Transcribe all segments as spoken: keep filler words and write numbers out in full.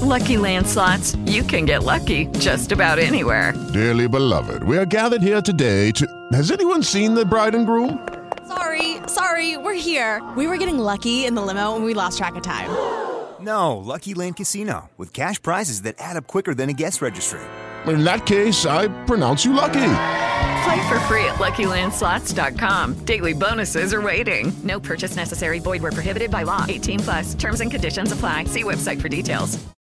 Lucky Land Slots, you can get lucky just about anywhere. Dearly beloved, we are gathered here today to... Has anyone seen the bride and groom? Sorry, sorry, we're here. We were getting lucky in the limo and we lost track of time. No, Lucky Land Casino, with cash prizes that add up quicker than a guest registry. In that case, I pronounce you lucky. Play for free at Lucky Land Slots dot com. Daily bonuses are waiting. No purchase necessary. Void where prohibited by law. eighteen plus. Terms and conditions apply. See website for details.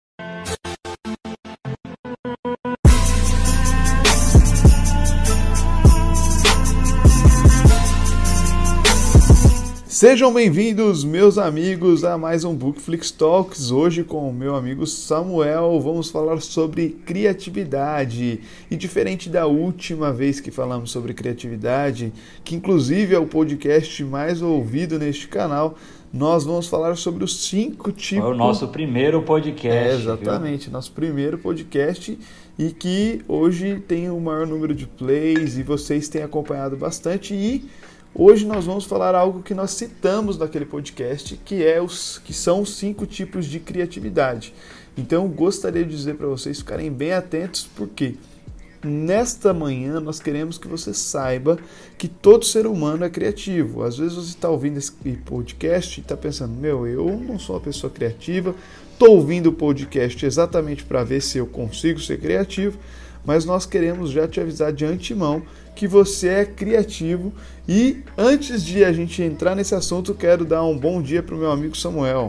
Sejam bem-vindos, meus amigos, a mais um Bookflix Talks. Hoje com o meu amigo Samuel vamos falar sobre criatividade. E diferente da última vez que falamos sobre criatividade, que inclusive é o podcast mais ouvido neste canal, nós vamos falar sobre os cinco tipos... É o nosso primeiro podcast. É, exatamente, viu? Nosso primeiro podcast, e que hoje tem o maior número de plays e vocês têm acompanhado bastante. E hoje nós vamos falar algo que nós citamos naquele podcast, que, é os, que são os cinco tipos de criatividade. Então, gostaria de dizer para vocês ficarem bem atentos, porque nesta manhã nós queremos que você saiba que todo ser humano é criativo. Às vezes você está ouvindo esse podcast e está pensando, meu, eu não sou uma pessoa criativa, estou ouvindo o podcast exatamente para ver se eu consigo ser criativo, mas nós queremos já te avisar de antemão que você é criativo. E antes de a gente entrar nesse assunto, quero dar um bom dia para o meu amigo Samuel.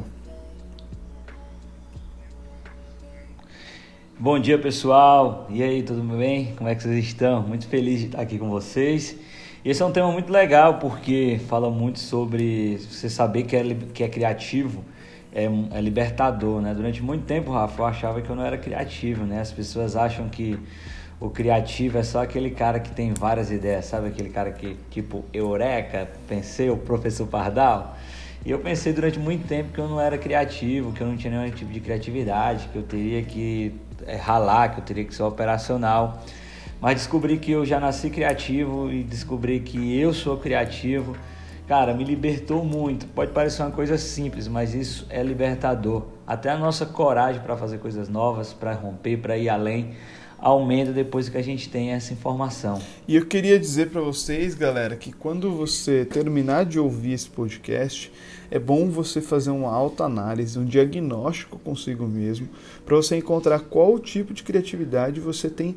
Bom dia, pessoal. E aí, tudo bem? Como é que vocês estão? Muito feliz de estar aqui com vocês. Esse é um tema muito legal, porque fala muito sobre você saber que é, que é criativo, é, é libertador, né? Durante muito tempo, Rafa, eu achava que eu não era criativo, né? As pessoas acham que o criativo é só aquele cara que tem várias ideias, sabe? Aquele cara que, tipo, eureka, pensei, o professor Pardal. E eu pensei durante muito tempo que eu não era criativo, que eu não tinha nenhum tipo de criatividade, que eu teria que é, ralar, que eu teria que ser operacional. Mas descobri que eu já nasci criativo e descobri que eu sou criativo. Cara, me libertou muito. Pode parecer uma coisa simples, mas isso é libertador. Até a nossa coragem para fazer coisas novas, para romper, para ir além, aumenta depois que a gente tem essa informação. E eu queria dizer para vocês, galera, que quando você terminar de ouvir esse podcast, é bom você fazer uma autoanálise, um diagnóstico consigo mesmo, para você encontrar qual tipo de criatividade você tem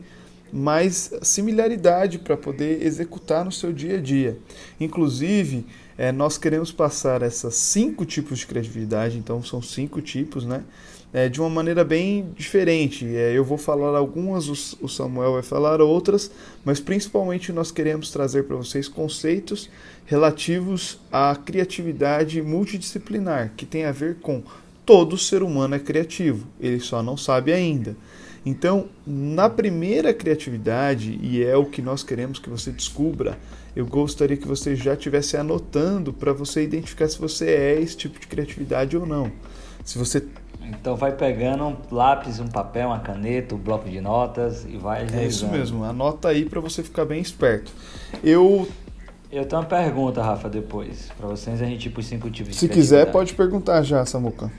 mais similaridade para poder executar no seu dia a dia. Inclusive, é, nós queremos passar esses cinco tipos de criatividade, então são cinco tipos, né? É, de uma maneira bem diferente. É, eu vou falar algumas, o, o Samuel vai falar outras, mas principalmente nós queremos trazer para vocês conceitos relativos à criatividade multidisciplinar, que tem a ver com todo ser humano é criativo, ele só não sabe ainda. Então, na primeira criatividade, e é o que nós queremos que você descubra, eu gostaria que você já estivesse anotando para você identificar se você é esse tipo de criatividade ou não. Se você... Então vai pegando um lápis, um papel, uma caneta, um bloco de notas e vai realizando. É isso mesmo, anota aí para você ficar bem esperto. Eu... Eu tenho uma pergunta, Rafa, depois, para vocês, a gente ir para os cinco tipos de Se quiser, pode perguntar já, Samuca.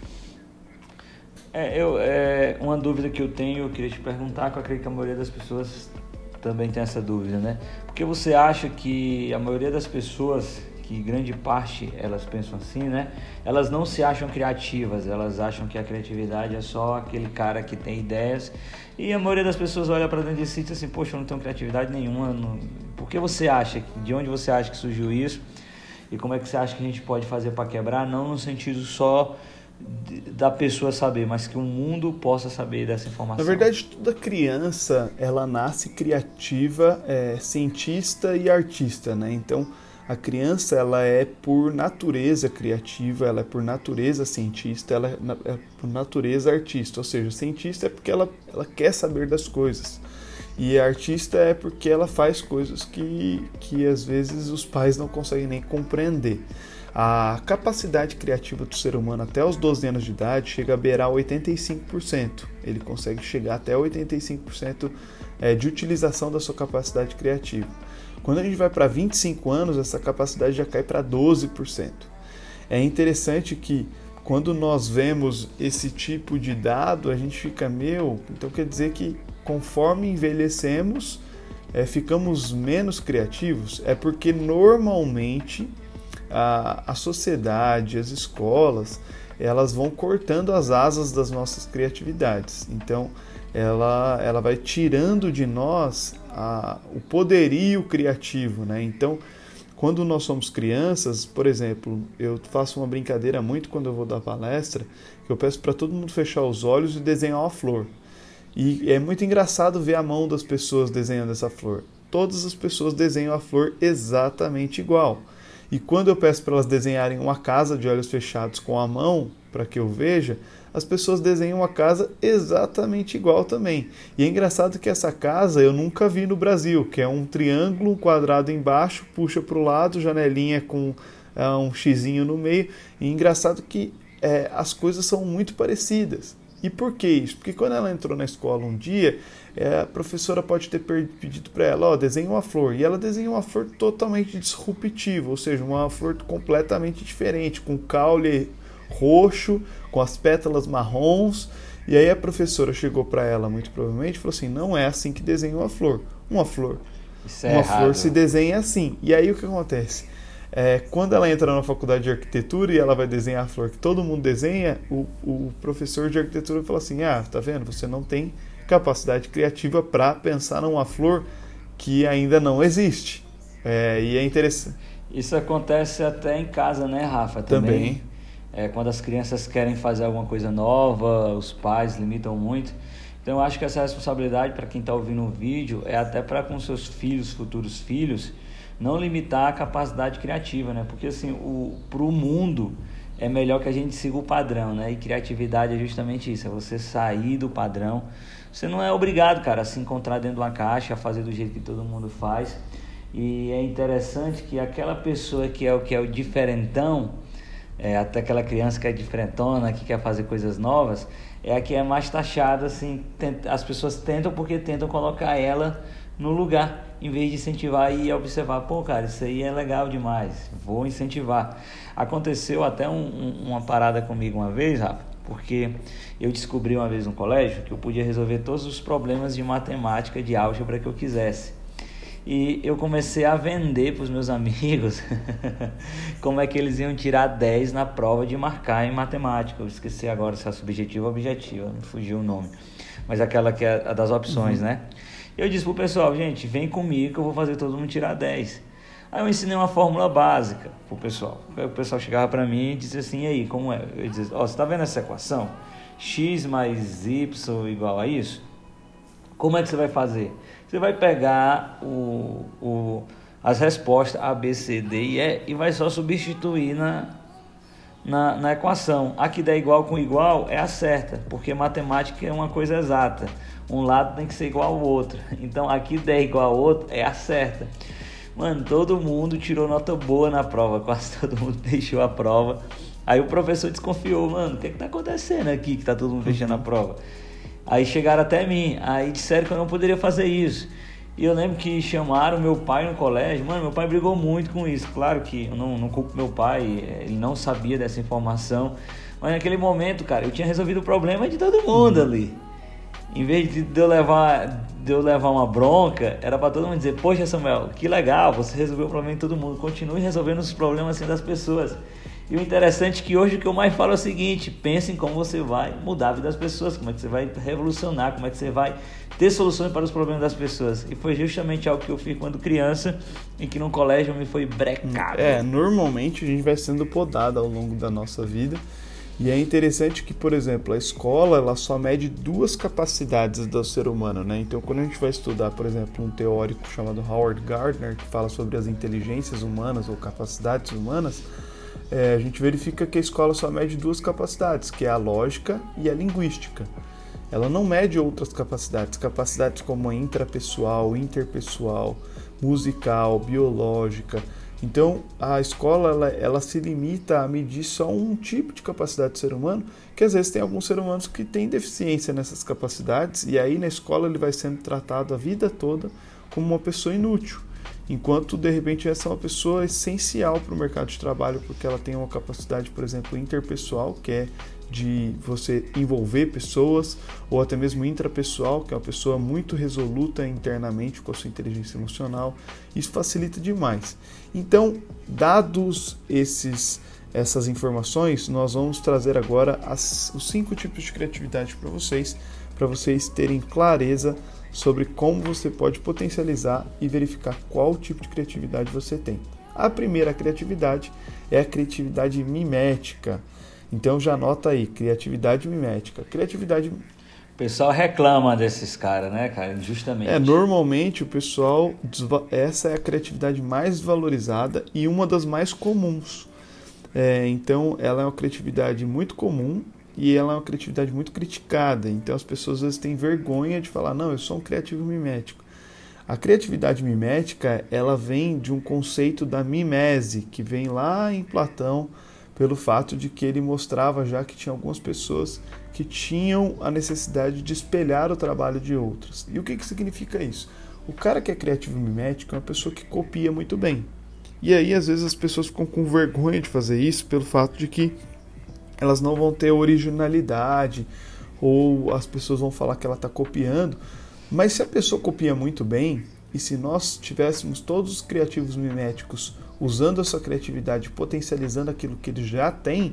É, eu, é, uma dúvida que eu tenho, eu queria te perguntar, que eu acredito que a maioria das pessoas também tem essa dúvida, né? Porque você acha que a maioria das pessoas, que grande parte elas pensam assim, né? Elas não se acham criativas, elas acham que a criatividade é só aquele cara que tem ideias, e a maioria das pessoas olha para dentro de si e diz assim, poxa, eu não tenho criatividade nenhuma. Não... Por que você acha, de onde você acha que surgiu isso? E como é que você acha que a gente pode fazer para quebrar? Não no sentido só da pessoa saber, mas que o mundo possa saber dessa informação. Na verdade, toda criança, ela nasce criativa, é, cientista e artista, né? Então, a criança, ela é por natureza criativa, ela é por natureza cientista, ela é por natureza artista. Ou seja, cientista é porque ela, ela quer saber das coisas. E a artista é porque ela faz coisas que, que às vezes os pais não conseguem nem compreender. A capacidade criativa do ser humano até os doze anos de idade chega a beirar oitenta e cinco por cento. Ele consegue chegar até oitenta e cinco por cento de utilização da sua capacidade criativa. Quando a gente vai para vinte e cinco anos, essa capacidade já cai para doze por cento. É interessante que quando nós vemos esse tipo de dado, a gente fica, meu, então quer dizer que conforme envelhecemos, é, ficamos menos criativos? É porque normalmente a, a sociedade, as escolas, elas vão cortando as asas das nossas criatividades. Então, ela, ela vai tirando de nós a, o poderio criativo, né? Então, quando nós somos crianças, por exemplo, eu faço uma brincadeira muito quando eu vou dar palestra, que eu peço para todo mundo fechar os olhos e desenhar uma flor. E é muito engraçado ver a mão das pessoas desenhando essa flor. Todas as pessoas desenham a flor exatamente igual. E quando eu peço para elas desenharem uma casa de olhos fechados com a mão, para que eu veja, as pessoas desenham uma casa exatamente igual também. E é engraçado que essa casa eu nunca vi no Brasil, que é um triângulo, um quadrado embaixo, puxa para o lado, janelinha com é, um xizinho no meio. E é engraçado que é, as coisas são muito parecidas. E por que isso? Porque quando ela entrou na escola um dia, é, a professora pode ter pedido para ela, ó, desenha uma flor. E ela desenhou uma flor totalmente disruptiva, ou seja, uma flor completamente diferente, com caule roxo, com as pétalas marrons. E aí a professora chegou para ela, muito provavelmente, e falou assim, não é assim que desenha uma flor. Uma flor. Isso é uma errado. Flor se desenha assim. E aí o que acontece? É, quando ela entra na faculdade de arquitetura e ela vai desenhar a flor que todo mundo desenha, o, o professor de arquitetura fala assim, ah, tá vendo? Você não tem capacidade criativa para pensar numa flor que ainda não existe. É, e é interessante. Isso acontece até em casa, né, Rafa? Também. Também. É, quando as crianças querem fazer alguma coisa nova, os pais limitam muito. Então eu acho que essa responsabilidade para quem está ouvindo o vídeo é até para com seus filhos, futuros filhos, não limitar a capacidade criativa, né? Porque assim, para o mundo é melhor que a gente siga o padrão, né? E criatividade é justamente isso, é você sair do padrão. Você não é obrigado, cara, a se encontrar dentro de uma caixa, a fazer do jeito que todo mundo faz. E é interessante que aquela pessoa que é o que é o diferentão, é, até aquela criança que é diferentona, que quer fazer coisas novas, é a que é mais taxada, assim, tenta, as pessoas tentam porque tentam colocar ela no lugar, em vez de incentivar e observar, pô, cara, isso aí é legal demais, vou incentivar. Aconteceu até um, um, uma parada comigo uma vez, Rafa, porque eu descobri uma vez no colégio que eu podia resolver todos os problemas de matemática, de álgebra que eu quisesse. E eu comecei a vender para os meus amigos como é que eles iam tirar dez na prova de marcar em matemática. Eu esqueci agora se é subjetiva ou objetiva, me fugiu o nome. Mas aquela que é a das opções, uhum. né? Eu disse pro pessoal, gente, vem comigo que eu vou fazer todo mundo tirar dez. Aí eu ensinei uma fórmula básica pro pessoal. Aí o pessoal chegava para mim e dizia assim, e aí, como é? Eu dizia, ó, oh, você tá vendo essa equação? X mais Y igual a isso? Como é que você vai fazer? Você vai pegar o, o, as respostas A, B, C, D e E e vai só substituir na, na, na equação. A que der igual com igual é a certa, porque matemática é uma coisa exata. Um lado tem que ser igual ao outro. Então, aqui der igual ao outro é a certa. Mano, todo mundo tirou nota boa na prova, quase todo mundo deixou a prova. Aí o professor desconfiou, mano, o que é que tá acontecendo aqui que tá todo mundo fechando a prova? Aí chegaram até mim, aí disseram que eu não poderia fazer isso. E eu lembro que chamaram meu pai no colégio. Mano, meu pai brigou muito com isso. Claro que eu não, não culpo meu pai, ele não sabia dessa informação. Mas naquele momento, cara, eu tinha resolvido o problema de todo mundo ali. Em vez de eu levar, de eu levar uma bronca, era para todo mundo dizer, poxa Samuel, que legal, você resolveu o problema de todo mundo. Continue resolvendo os problemas assim das pessoas. E o interessante é que hoje o que eu mais falo é o seguinte, pense em como você vai mudar a vida das pessoas, como é que você vai revolucionar, como é que você vai ter soluções para os problemas das pessoas. E foi justamente algo que eu fiz quando criança e que no colégio me foi brecado. É, normalmente a gente vai sendo podado ao longo da nossa vida. E é interessante que, por exemplo, a escola ela só mede duas capacidades do ser humano, né? Então, quando a gente vai estudar, por exemplo, um teórico chamado Howard Gardner, que fala sobre as inteligências humanas ou capacidades humanas, É, a gente verifica que a escola só mede duas capacidades, que é a lógica e a linguística. Ela não mede outras capacidades, capacidades como a intrapessoal, interpessoal, musical, biológica. Então, a escola ela, ela se limita a medir só um tipo de capacidade do ser humano, que às vezes tem alguns seres humanos que têm deficiência nessas capacidades, e aí na escola ele vai sendo tratado a vida toda como uma pessoa inútil. enquanto de repente essa é uma pessoa essencial para o mercado de trabalho, porque ela tem uma capacidade, por exemplo, interpessoal, que é de você envolver pessoas, ou até mesmo intrapessoal, que é uma pessoa muito resoluta internamente com a sua inteligência emocional. Isso facilita demais. Então, dados esses, essas informações, nós vamos trazer agora as, os cinco tipos de criatividade para vocês, para vocês terem clareza sobre como você pode potencializar e verificar qual tipo de criatividade você tem. A primeira criatividade é a criatividade mimética. Então já anota aí, criatividade mimética. Criatividade... O pessoal reclama desses caras, né, cara? Injustamente. É, normalmente o pessoal... Essa é a criatividade mais valorizada e uma das mais comuns. É, então ela é uma criatividade muito comum e ela é uma criatividade muito criticada. Então as pessoas às vezes têm vergonha de falar, não, eu sou um criativo mimético. A criatividade mimética, ela vem de um conceito da mimese, que vem lá em Platão, pelo fato de que ele mostrava já que tinha algumas pessoas que tinham a necessidade de espelhar o trabalho de outras. E o que, que significa isso? O cara que é criativo mimético é uma pessoa que copia muito bem. E aí, às vezes, as pessoas ficam com vergonha de fazer isso pelo fato de que elas não vão ter originalidade, ou as pessoas vão falar que ela está copiando. Mas se a pessoa copia muito bem, e se nós tivéssemos todos os criativos miméticos usando a sua criatividade, potencializando aquilo que ele já tem,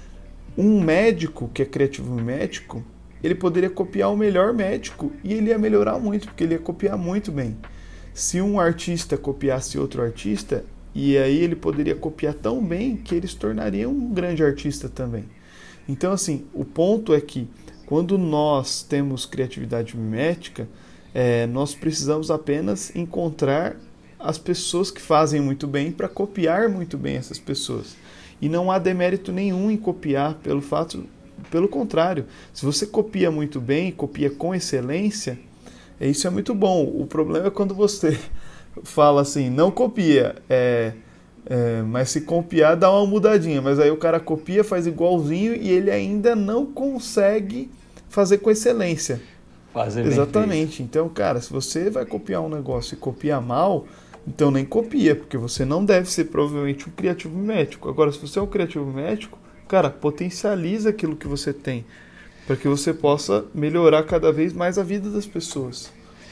um médico que é criativo mimético, ele poderia copiar o melhor médico e ele ia melhorar muito, porque ele ia copiar muito bem. Se um artista copiasse outro artista, e aí ele poderia copiar tão bem que ele se tornaria um grande artista também. Então, assim, o ponto é que quando nós temos criatividade mimética, é, nós precisamos apenas encontrar as pessoas que fazem muito bem para copiar muito bem essas pessoas. E não há demérito nenhum em copiar, pelo fato, pelo contrário, se você copia muito bem, copia com excelência, isso é muito bom. O problema é quando você fala assim, não copia, é, é, mas se copiar dá uma mudadinha, mas aí o cara copia, faz igualzinho e ele ainda não consegue fazer com excelência. Fazer Exatamente. Então, cara, se você vai copiar um negócio e copiar mal, então nem copia, porque você não deve ser provavelmente um criativo mimético. Agora, se você é um criativo mimético, cara, potencializa aquilo que você tem, para que você possa melhorar cada vez mais a vida das pessoas.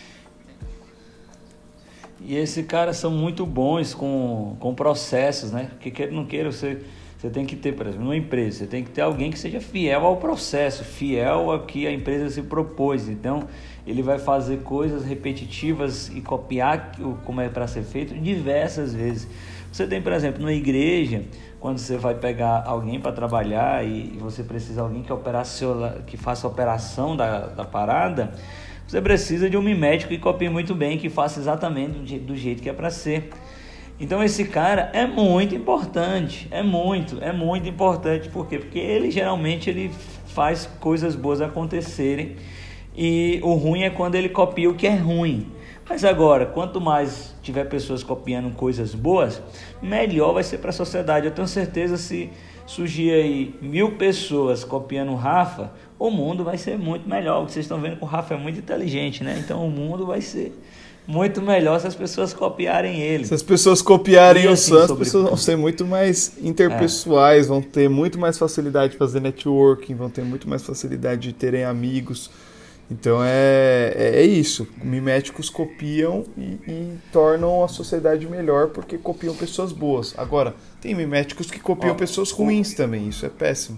E esses caras são muito bons com, com processos, né? Porque queira ou não queira, você, você tem que ter, por exemplo, numa empresa, você tem que ter alguém que seja fiel ao processo, fiel ao que a empresa se propôs. Então, ele vai fazer coisas repetitivas e copiar como é para ser feito diversas vezes. Você tem, por exemplo, numa igreja, quando você vai pegar alguém para trabalhar e você precisa de alguém que, operaciona, que faça a operação da, da parada, você precisa de um mimético que copie muito bem, que faça exatamente do, do jeito que é para ser. Então esse cara é muito importante, é muito, é muito importante. Por quê? Porque ele geralmente ele faz coisas boas acontecerem e o ruim é quando ele copia o que é ruim. Mas agora, quanto mais tiver pessoas copiando coisas boas, melhor vai ser para a sociedade. Eu tenho certeza, se surgir aí mil pessoas copiando o Rafa, o mundo vai ser muito melhor. Vocês estão vendo que o Rafa é muito inteligente, né? Então o mundo vai ser muito melhor se as pessoas copiarem ele. Se as pessoas copiarem e, o assim, Sam, as sobre... pessoas vão ser muito mais interpessoais, é. vão ter muito mais facilidade de fazer networking, vão ter muito mais facilidade de terem amigos. Então é, é, é isso, miméticos copiam e, e tornam a sociedade melhor porque copiam pessoas boas. Agora, tem miméticos que copiam ó, pessoas ruins ó, também, isso é péssimo.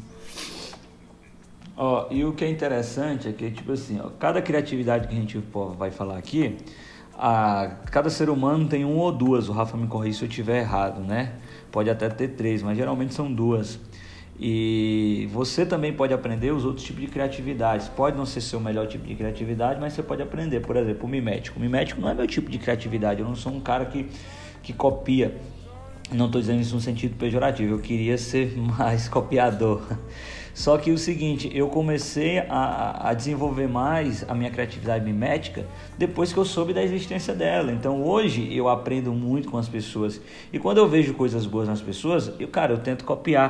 Ó, e o que é interessante é que, tipo assim, ó, cada criatividade que a gente vai falar aqui, a, cada ser humano tem um ou duas, o Rafa me corrige se eu estiver errado, né? Pode até ter três, mas geralmente são duas. E você também pode aprender os outros tipos de criatividades. Pode não ser seu melhor tipo de criatividade, mas você pode aprender. Por exemplo, o mimético. O mimético não é meu tipo de criatividade. Eu não sou um cara que, que copia. Não estou dizendo isso no sentido pejorativo. Eu queria ser mais copiador. Só que o seguinte, eu comecei a, a desenvolver mais a minha criatividade mimética depois que eu soube da existência dela. Então hoje eu aprendo muito com as pessoas. E quando eu vejo coisas boas nas pessoas, eu, cara, eu tento copiar.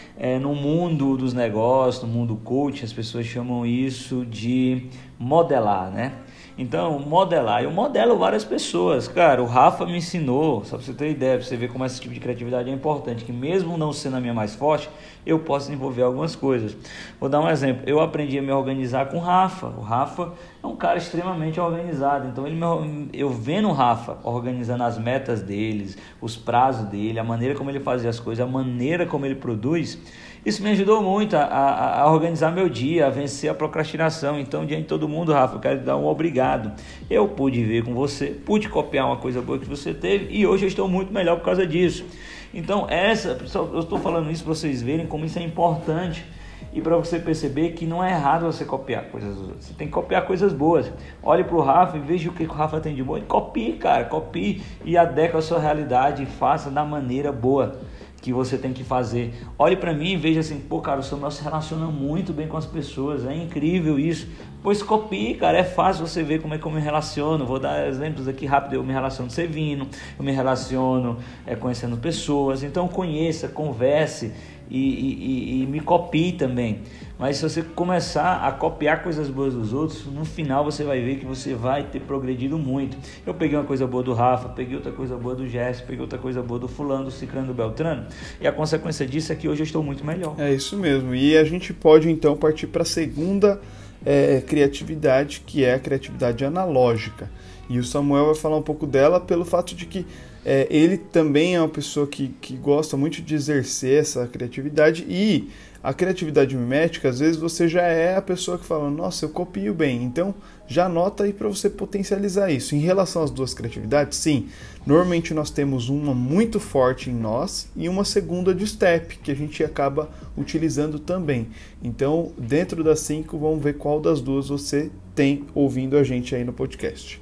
é, no mundo dos negócios, no mundo coach, as pessoas chamam isso de modelar, né? Então, modelar, eu modelo várias pessoas, cara, o Rafa me ensinou, só pra você ter ideia, pra você ver como esse tipo de criatividade é importante, que mesmo não sendo a minha mais forte, eu posso desenvolver algumas coisas. Vou dar um exemplo, eu aprendi a me organizar com o Rafa, o Rafa é um cara extremamente organizado, então ele me, eu vendo o Rafa organizando as metas deles, os prazos dele, a maneira como ele fazia as coisas, a maneira como ele produz, isso me ajudou muito a, a, a organizar meu dia, a vencer a procrastinação. Então, diante de todo mundo, Rafa, eu quero te dar um obrigado. Eu pude ver com você, pude copiar uma coisa boa que você teve e hoje eu estou muito melhor por causa disso. Então, essa, eu estou falando isso para vocês verem como isso é importante e para você perceber que não é errado você copiar coisas dos outros. Você tem que copiar coisas boas. Olhe para o Rafa e veja o que o Rafa tem de bom e copie, cara, copie e adeque a sua realidade e faça da maneira boa que você tem que fazer. Olhe para mim e veja assim, pô, cara, o Samuel se relaciona muito bem com as pessoas, é incrível isso. Pois copie, cara, é fácil você ver como é que eu me relaciono. Vou dar exemplos aqui rápido, eu me relaciono servindo, eu me relaciono é, conhecendo pessoas. Então conheça, converse e, e, e, e me copie também. Mas se você começar a copiar coisas boas dos outros, no final você vai ver que você vai ter progredido muito. Eu peguei uma coisa boa do Rafa, peguei outra coisa boa do Gerson, peguei outra coisa boa do fulano, do ciclano, do beltrano, e a consequência disso é que hoje eu estou muito melhor. É isso mesmo, e a gente pode então partir para a segunda é, criatividade, que é a criatividade analógica. E o Samuel vai falar um pouco dela pelo fato de que é, ele também é uma pessoa que, que gosta muito de exercer essa criatividade, e a criatividade mimética, às vezes você já é a pessoa que fala, nossa, eu copio bem, então já anota aí para você potencializar isso. Em relação às duas criatividades, sim, normalmente nós temos uma muito forte em nós e uma segunda de step, que a gente acaba utilizando também. Então, dentro das cinco, vamos ver qual das duas você tem ouvindo a gente aí no podcast.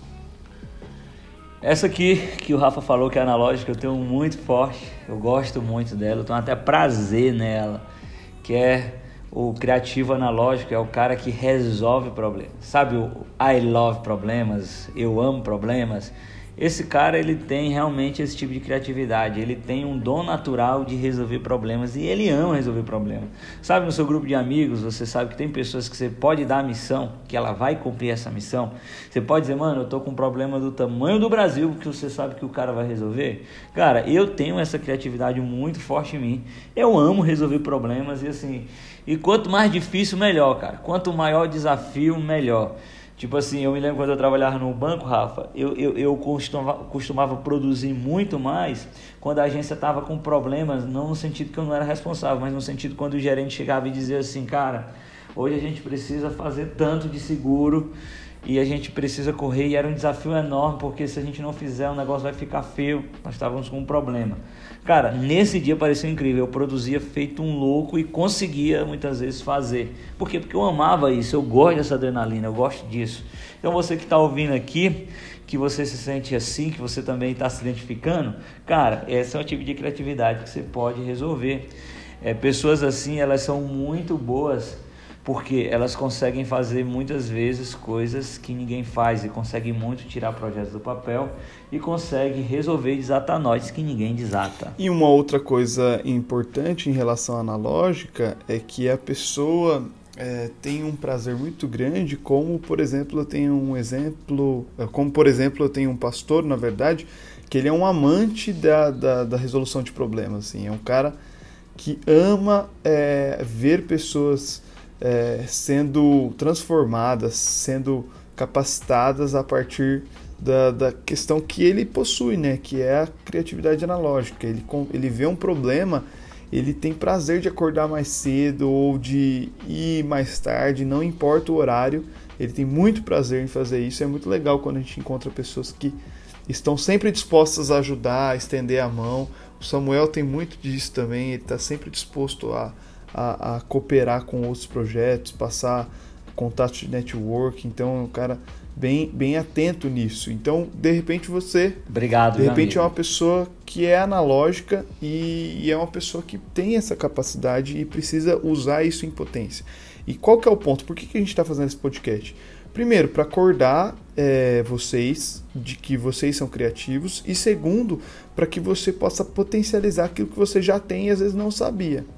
Essa aqui que o Rafa falou que é analógica, eu tenho muito forte, eu gosto muito dela, eu tenho até prazer nela, que é o criativo analógico, é o cara que resolve problemas. Sabe o I love problemas, eu amo problemas? Esse cara, ele tem realmente esse tipo de criatividade, ele tem um dom natural de resolver problemas e ele ama resolver problemas. Sabe, no seu grupo de amigos, você sabe que tem pessoas que você pode dar a missão, que ela vai cumprir essa missão. Você pode dizer, mano, eu tô com um problema do tamanho do Brasil, porque você sabe que o cara vai resolver. Cara, eu tenho essa criatividade muito forte em mim, eu amo resolver problemas e assim, e quanto mais difícil, melhor, cara. Quanto maior o desafio, melhor. Tipo assim, eu me lembro quando eu trabalhava no banco, Rafa, eu, eu, eu costumava, costumava produzir muito mais quando a agência estava com problemas, não no sentido que eu não era responsável, mas no sentido quando o gerente chegava e dizia assim, cara, hoje a gente precisa fazer tanto de seguro e a gente precisa correr, e era um desafio enorme, porque se a gente não fizer, o negócio vai ficar feio, nós estávamos com um problema. Cara, nesse dia pareceu incrível, eu produzia feito um louco e conseguia muitas vezes fazer. Por quê? Porque eu amava isso, eu gosto dessa adrenalina, eu gosto disso. Então você que está ouvindo aqui, que você se sente assim, que você também está se identificando, cara, esse é o tipo de criatividade que você pode resolver. É, pessoas assim, elas são muito boas, porque elas conseguem fazer muitas vezes coisas que ninguém faz e conseguem muito tirar projetos do papel e conseguem resolver e desatar nós que ninguém desata. E uma outra coisa importante em relação à analógica é que a pessoa é, tem um prazer muito grande, como por exemplo eu tenho um exemplo, como por exemplo eu tenho um pastor, na verdade, que ele é um amante da, da, da resolução de problemas, assim, é um cara que ama é, ver pessoas É, sendo transformadas, sendo capacitadas a partir da, da questão que ele possui, né? Que é a criatividade analógica. Ele, ele vê um problema, ele tem prazer de acordar mais cedo ou de ir mais tarde, não importa o horário, ele tem muito prazer em fazer isso. É muito legal quando a gente encontra pessoas que estão sempre dispostas a ajudar, a estender a mão. O Samuel tem muito disso também, ele está sempre disposto a A, a cooperar com outros projetos, passar contatos de network, então é um cara bem, bem atento nisso. Então, de repente você, Obrigado, de repente amigo. é uma pessoa que é analógica e, e é uma pessoa que tem essa capacidade e precisa usar isso em potência. E qual que é o ponto? Por que, que a gente está fazendo esse podcast? Primeiro, para acordar é, vocês de que vocês são criativos, e segundo, para que você possa potencializar aquilo que você já tem e às vezes não sabia.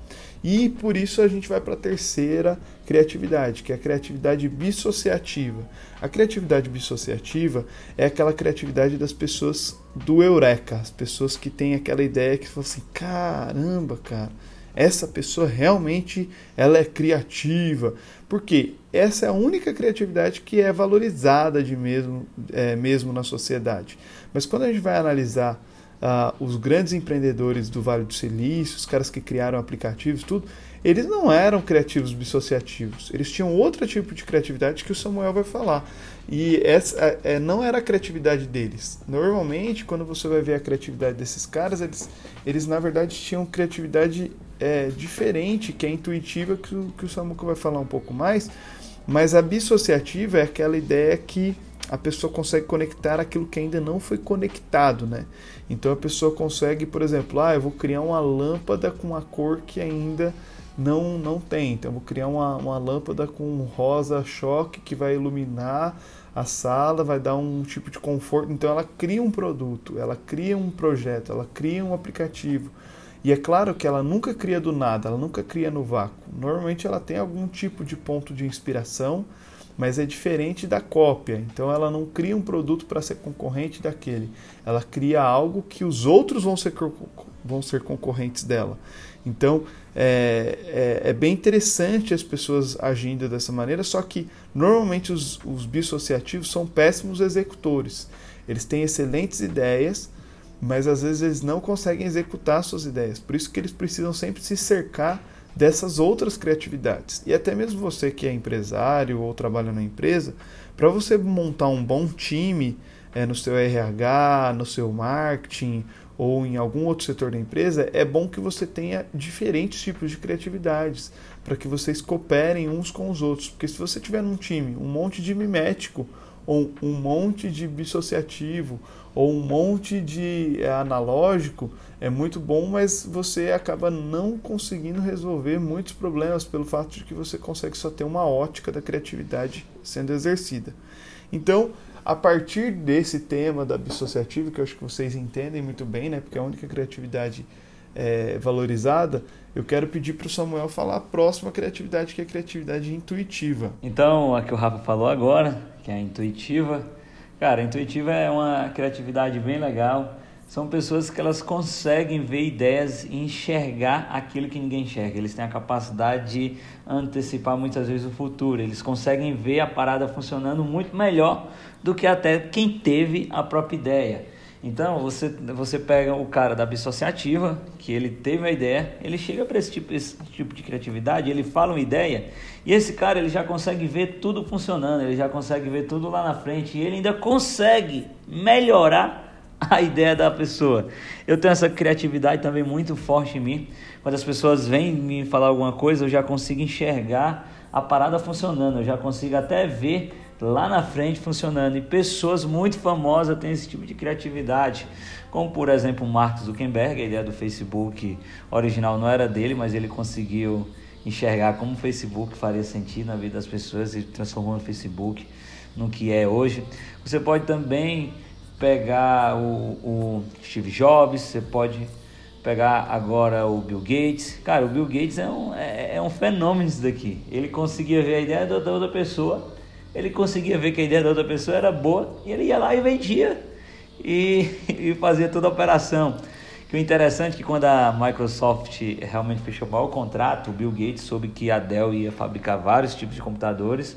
E por isso a gente vai para a terceira criatividade, que é a criatividade bissociativa. A criatividade bissociativa é aquela criatividade das pessoas do eureka, as pessoas que têm aquela ideia que falam assim, caramba, cara, essa pessoa realmente ela é criativa. Porque essa é a única criatividade que é valorizada de mesmo, é, mesmo na sociedade. Mas quando a gente vai analisar Uh, os grandes empreendedores do Vale do Silício, os caras que criaram aplicativos, tudo, eles não eram criativos bissociativos. Eles tinham outro tipo de criatividade que o Samuel vai falar. E essa é, não era a criatividade deles. Normalmente, quando você vai ver a criatividade desses caras, eles, eles na verdade tinham criatividade é, diferente, que é intuitiva, que o, que o Samuca vai falar um pouco mais. Mas a bissociativa é aquela ideia que a pessoa consegue conectar aquilo que ainda não foi conectado, né? Então a pessoa consegue, por exemplo, ah, eu vou criar uma lâmpada com uma cor que ainda não, não tem. Então eu vou criar uma, uma lâmpada com um rosa choque que vai iluminar a sala, vai dar um tipo de conforto. Então ela cria um produto, ela cria um projeto, ela cria um aplicativo. E é claro que ela nunca cria do nada, ela nunca cria no vácuo. Normalmente ela tem algum tipo de ponto de inspiração, mas é diferente da cópia. Então ela não cria um produto para ser concorrente daquele. Ela cria algo que os outros vão ser, vão ser concorrentes dela. Então é, é, é bem interessante as pessoas agindo dessa maneira, só que normalmente os, os bissociativos são péssimos executores. Eles têm excelentes ideias, mas às vezes eles não conseguem executar suas ideias. Por isso que eles precisam sempre se cercar dessas outras criatividades. E até mesmo você que é empresário ou trabalha na empresa, para você montar um bom time é, no seu R H, no seu marketing ou em algum outro setor da empresa, é bom que você tenha diferentes tipos de criatividades para que vocês cooperem uns com os outros. Porque se você tiver num time um monte de mimético, ou um monte de bissociativo, ou um monte de é, analógico, é muito bom, mas você acaba não conseguindo resolver muitos problemas pelo fato de que você consegue só ter uma ótica da criatividade sendo exercida. Então, a partir desse tema da bissociativa, que eu acho que vocês entendem muito bem, né, porque é a única criatividade é, valorizada, eu quero pedir para o Samuel falar a próxima criatividade, que é a criatividade intuitiva. Então, a que o Rafa falou agora, que é a intuitiva. Cara, a intuitiva é uma criatividade bem legal. São pessoas que elas conseguem ver ideias e enxergar aquilo que ninguém enxerga. Eles têm a capacidade de antecipar muitas vezes o futuro. Eles conseguem ver a parada funcionando muito melhor do que até quem teve a própria ideia. Então, você, você pega o cara da bissociativa, que ele teve a ideia, ele chega para esse tipo, esse tipo de criatividade, ele fala uma ideia, e esse cara ele já consegue ver tudo funcionando, ele já consegue ver tudo lá na frente, e ele ainda consegue melhorar a ideia da pessoa. Eu tenho essa criatividade também muito forte em mim. Quando as pessoas vêm me falar alguma coisa, eu já consigo enxergar a parada funcionando, eu já consigo até ver lá na frente funcionando. E pessoas muito famosas têm esse tipo de criatividade, como por exemplo o Mark Zuckerberg. A ideia do Facebook original não era dele, mas ele conseguiu enxergar como o Facebook faria sentido na vida das pessoas e transformou o Facebook no que é hoje. Você pode também pegar o, o Steve Jobs, você pode pegar agora o Bill Gates. Cara, o Bill Gates é um, é, é um fenômeno isso daqui. Ele conseguia ver a ideia da outra pessoa, ele conseguia ver que a ideia da outra pessoa era boa, e ele ia lá e vendia e, e fazia toda a operação. Que o interessante é que quando a Microsoft realmente fechou o maior contrato, o Bill Gates soube que a Dell ia fabricar vários tipos de computadores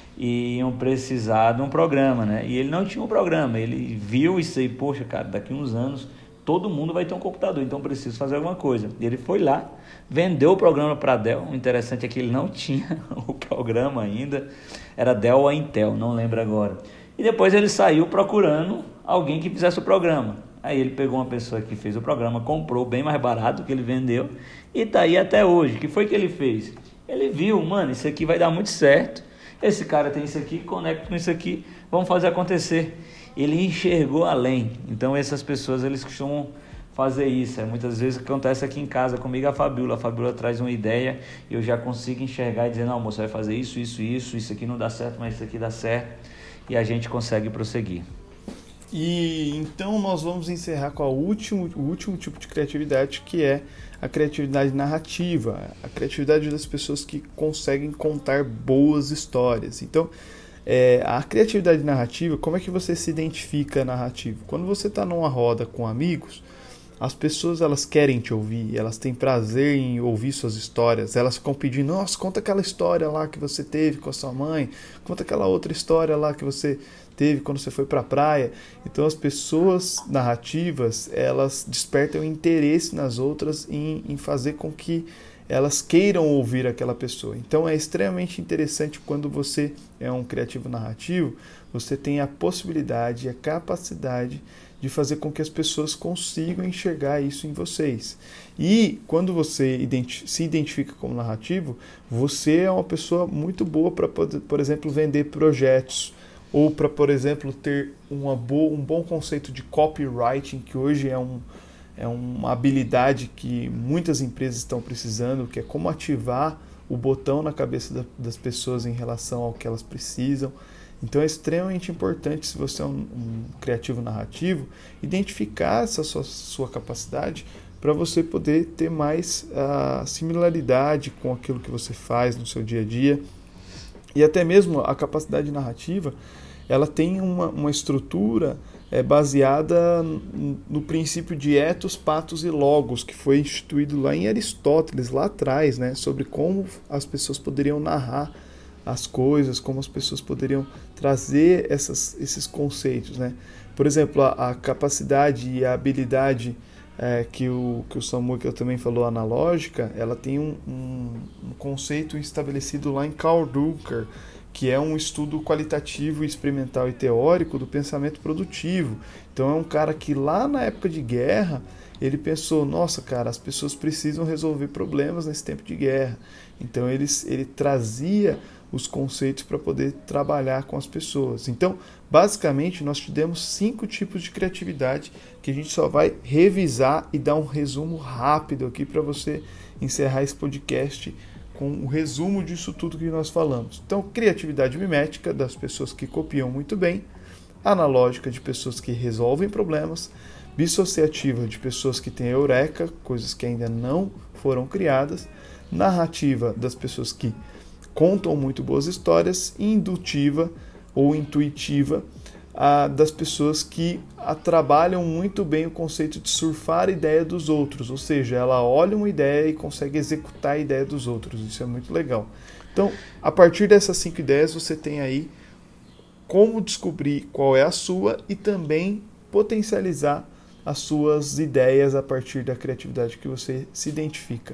e iam precisar de um programa, né? E ele não tinha um programa, ele viu isso aí, poxa, cara, daqui a uns anos todo mundo vai ter um computador, então preciso fazer alguma coisa. E ele foi lá, vendeu o programa para a Dell. O interessante é que ele não tinha o programa ainda, era Dell ou Intel, não lembro agora. E depois ele saiu procurando alguém que fizesse o programa. Aí ele pegou uma pessoa que fez o programa, comprou bem mais barato do que ele vendeu e tá aí até hoje. O que foi que ele fez? Ele viu, mano, isso aqui vai dar muito certo, esse cara tem isso aqui, conecta com isso aqui, vamos fazer acontecer. Ele enxergou além. Então essas pessoas, eles costumam fazer isso. É, muitas vezes acontece aqui em casa comigo, a Fabiola. A Fabiola traz uma ideia e eu já consigo enxergar e dizer, não, moça, vai fazer isso, isso, isso, isso aqui não dá certo, mas isso aqui dá certo. E a gente consegue prosseguir. E então nós vamos encerrar com a último, o último tipo de criatividade, que é a criatividade narrativa, a criatividade das pessoas que conseguem contar boas histórias. Então, é, a criatividade narrativa, como é que você se identifica narrativo? Quando você está numa roda com amigos, as pessoas elas querem te ouvir, elas têm prazer em ouvir suas histórias, elas ficam pedindo, nossa, conta aquela história lá que você teve com a sua mãe, conta aquela outra história lá que você teve quando você foi para a praia. Então as pessoas narrativas, elas despertam interesse nas outras em, em fazer com que elas queiram ouvir aquela pessoa. Então é extremamente interessante quando você é um criativo narrativo, você tem a possibilidade, a capacidade de fazer com que as pessoas consigam enxergar isso em vocês. E quando você identi- se identifica como narrativo, você é uma pessoa muito boa para, por exemplo, vender projetos, ou para, por exemplo, ter uma boa, um bom conceito de copywriting, que hoje é, um, é uma habilidade que muitas empresas estão precisando, que é como ativar o botão na cabeça da, das pessoas em relação ao que elas precisam. Então é extremamente importante, se você é um, um criativo narrativo, identificar essa sua, sua capacidade para você poder ter mais uh, similaridade com aquilo que você faz no seu dia a dia. E até mesmo a capacidade narrativa, ela tem uma, uma estrutura é, baseada no princípio de ethos, pathos e logos, que foi instituído lá em Aristóteles, lá atrás, né, sobre como as pessoas poderiam narrar as coisas, como as pessoas poderiam trazer essas, esses conceitos, né? Por exemplo, a, a capacidade e a habilidade é, que, o, que o Samuel também falou, analógica, ela tem um, um, um conceito estabelecido lá em Karl Drucker, que é um estudo qualitativo, experimental e teórico do pensamento produtivo. Então é um cara que lá na época de guerra, ele pensou, nossa cara, as pessoas precisam resolver problemas nesse tempo de guerra. Então ele, ele trazia os conceitos para poder trabalhar com as pessoas. Então, basicamente, nós te demos cinco tipos de criatividade que a gente só vai revisar e dar um resumo rápido aqui para você encerrar esse podcast com o resumo disso tudo que nós falamos. Então, criatividade mimética, das pessoas que copiam muito bem, analógica, de pessoas que resolvem problemas, dissociativa, de pessoas que têm eureka, coisas que ainda não foram criadas, narrativa, das pessoas que contam muito boas histórias, e indutiva ou intuitiva, a, das pessoas que a, trabalham muito bem o conceito de surfar a ideia dos outros, ou seja, ela olha uma ideia e consegue executar a ideia dos outros. Isso é muito legal. Então, a partir dessas cinco ideias, você tem aí como descobrir qual é a sua e também potencializar as suas ideias a partir da criatividade que você se identifica.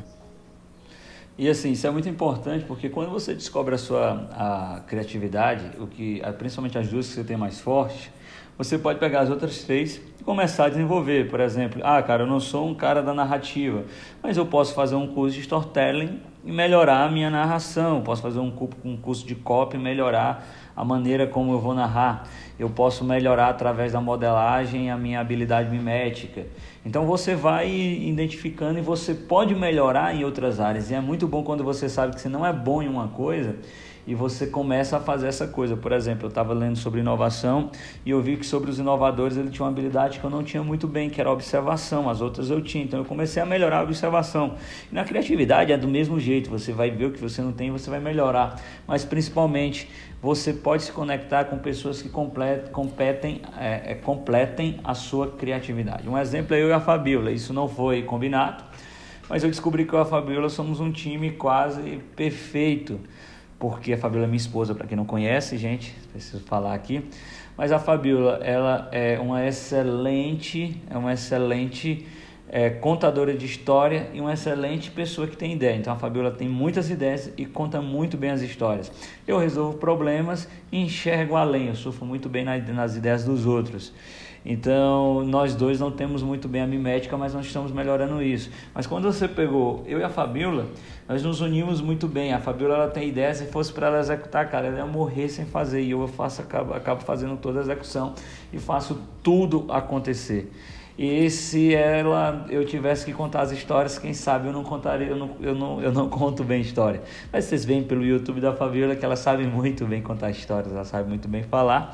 E assim, isso é muito importante, porque quando você descobre a sua a criatividade, o que, principalmente as duas que você tem mais forte, você pode pegar as outras três e começar a desenvolver. Por exemplo, ah, cara, eu não sou um cara da narrativa, mas eu posso fazer um curso de storytelling e melhorar a minha narração. Posso fazer um curso de copy e melhorar a maneira como eu vou narrar. Eu posso melhorar através da modelagem a minha habilidade mimética. Então você vai identificando e você pode melhorar em outras áreas. E é muito bom quando você sabe que você não é bom em uma coisa e você começa a fazer essa coisa. Por exemplo, eu estava lendo sobre inovação e eu vi que sobre os inovadores ele tinha uma habilidade que eu não tinha muito bem, que era a observação. As outras eu tinha, então eu comecei a melhorar a observação. E na criatividade é do mesmo jeito, você vai ver o que você não tem e você vai melhorar. Mas principalmente você pode se conectar com pessoas que completem, competem, é, é, completem a sua criatividade. Um exemplo é eu e a Fabiola. Isso não foi combinado, mas eu descobri que eu e a Fabiola somos um time quase perfeito. Porque a Fabiola é minha esposa, para quem não conhece, gente, preciso falar aqui. Mas a Fabiola, ela é uma excelente, é uma excelente é, contadora de história e uma excelente pessoa que tem ideia. Então a Fabiola tem muitas ideias e conta muito bem as histórias. Eu resolvo problemas e enxergo além, eu surfo muito bem nas ideias dos outros. Então, nós dois não temos muito bem a mimética, mas nós estamos melhorando isso. Mas quando você pegou eu e a Fabiola, nós nos unimos muito bem. A Fabiola ela tem ideia, se fosse para ela executar, cara, ela ia morrer sem fazer. E eu faço, acabo, acabo fazendo toda a execução e faço tudo acontecer. E se ela, eu tivesse que contar as histórias, quem sabe eu não contaria, eu não, eu não, eu não conto bem história. Mas vocês veem pelo YouTube da Fabiola que ela sabe muito bem contar histórias, ela sabe muito bem falar.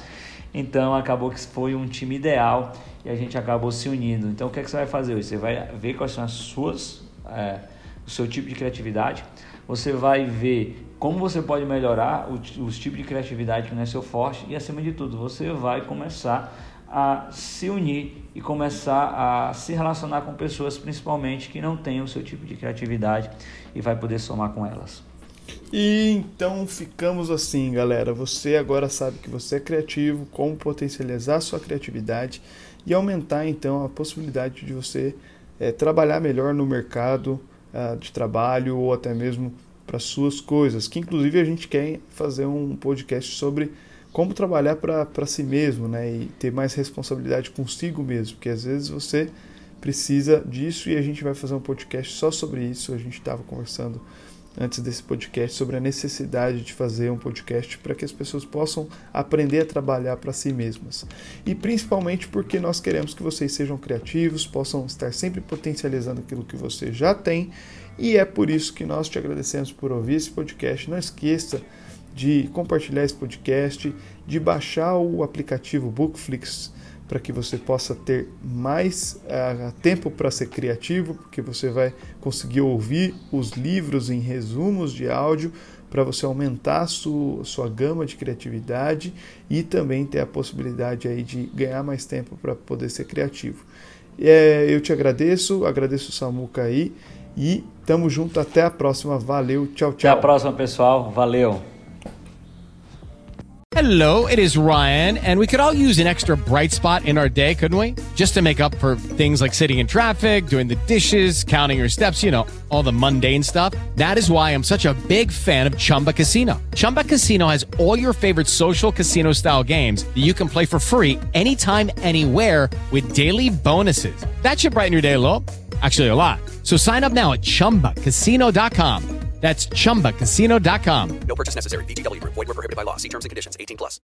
Então acabou que foi um time ideal e a gente acabou se unindo. Então o que é que você vai fazer hoje? Você vai ver quais são as suas, é, o seu tipo de criatividade. Você vai ver como você pode melhorar os, os tipos de criatividade que não é seu forte e, acima de tudo, você vai começar a se unir e começar a se relacionar com pessoas, principalmente, que não têm o seu tipo de criatividade e vai poder somar com elas. E então ficamos assim, galera. Você agora sabe que você é criativo, como potencializar a sua criatividade e aumentar, então, a possibilidade de você é, trabalhar melhor no mercado uh, de trabalho ou até mesmo para suas coisas, que inclusive a gente quer fazer um podcast sobre como trabalhar para si mesmo, né, e ter mais responsabilidade consigo mesmo, porque às vezes você precisa disso e a gente vai fazer um podcast só sobre isso. A gente estava conversando antes desse podcast sobre a necessidade de fazer um podcast para que as pessoas possam aprender a trabalhar para si mesmas. E principalmente porque nós queremos que vocês sejam criativos, possam estar sempre potencializando aquilo que você já tem, e é por isso que nós te agradecemos por ouvir esse podcast. Não esqueça de compartilhar esse podcast, de baixar o aplicativo Bookflix para que você possa ter mais uh, tempo para ser criativo, porque você vai conseguir ouvir os livros em resumos de áudio para você aumentar a sua, sua gama de criatividade e também ter a possibilidade aí de ganhar mais tempo para poder ser criativo. É, eu te agradeço, agradeço o Samuca aí e tamo junto, até a próxima, valeu, tchau, tchau. Até a próxima, pessoal, valeu. Hello, it is Ryan, and we could all use an extra bright spot in our day, couldn't we? Just to make up for things like sitting in traffic, doing the dishes, counting your steps, you know, all the mundane stuff. That is why I'm such a big fan of Chumba Casino. Chumba Casino has all your favorite social casino-style games that you can play for free anytime, anywhere with daily bonuses. That should brighten your day a little. Actually, a lot. So sign up now at chumba casino dot com. That's chumba casino dot com. No purchase necessary. V G W Group. Void where prohibited by law. See terms and conditions. eighteen plus.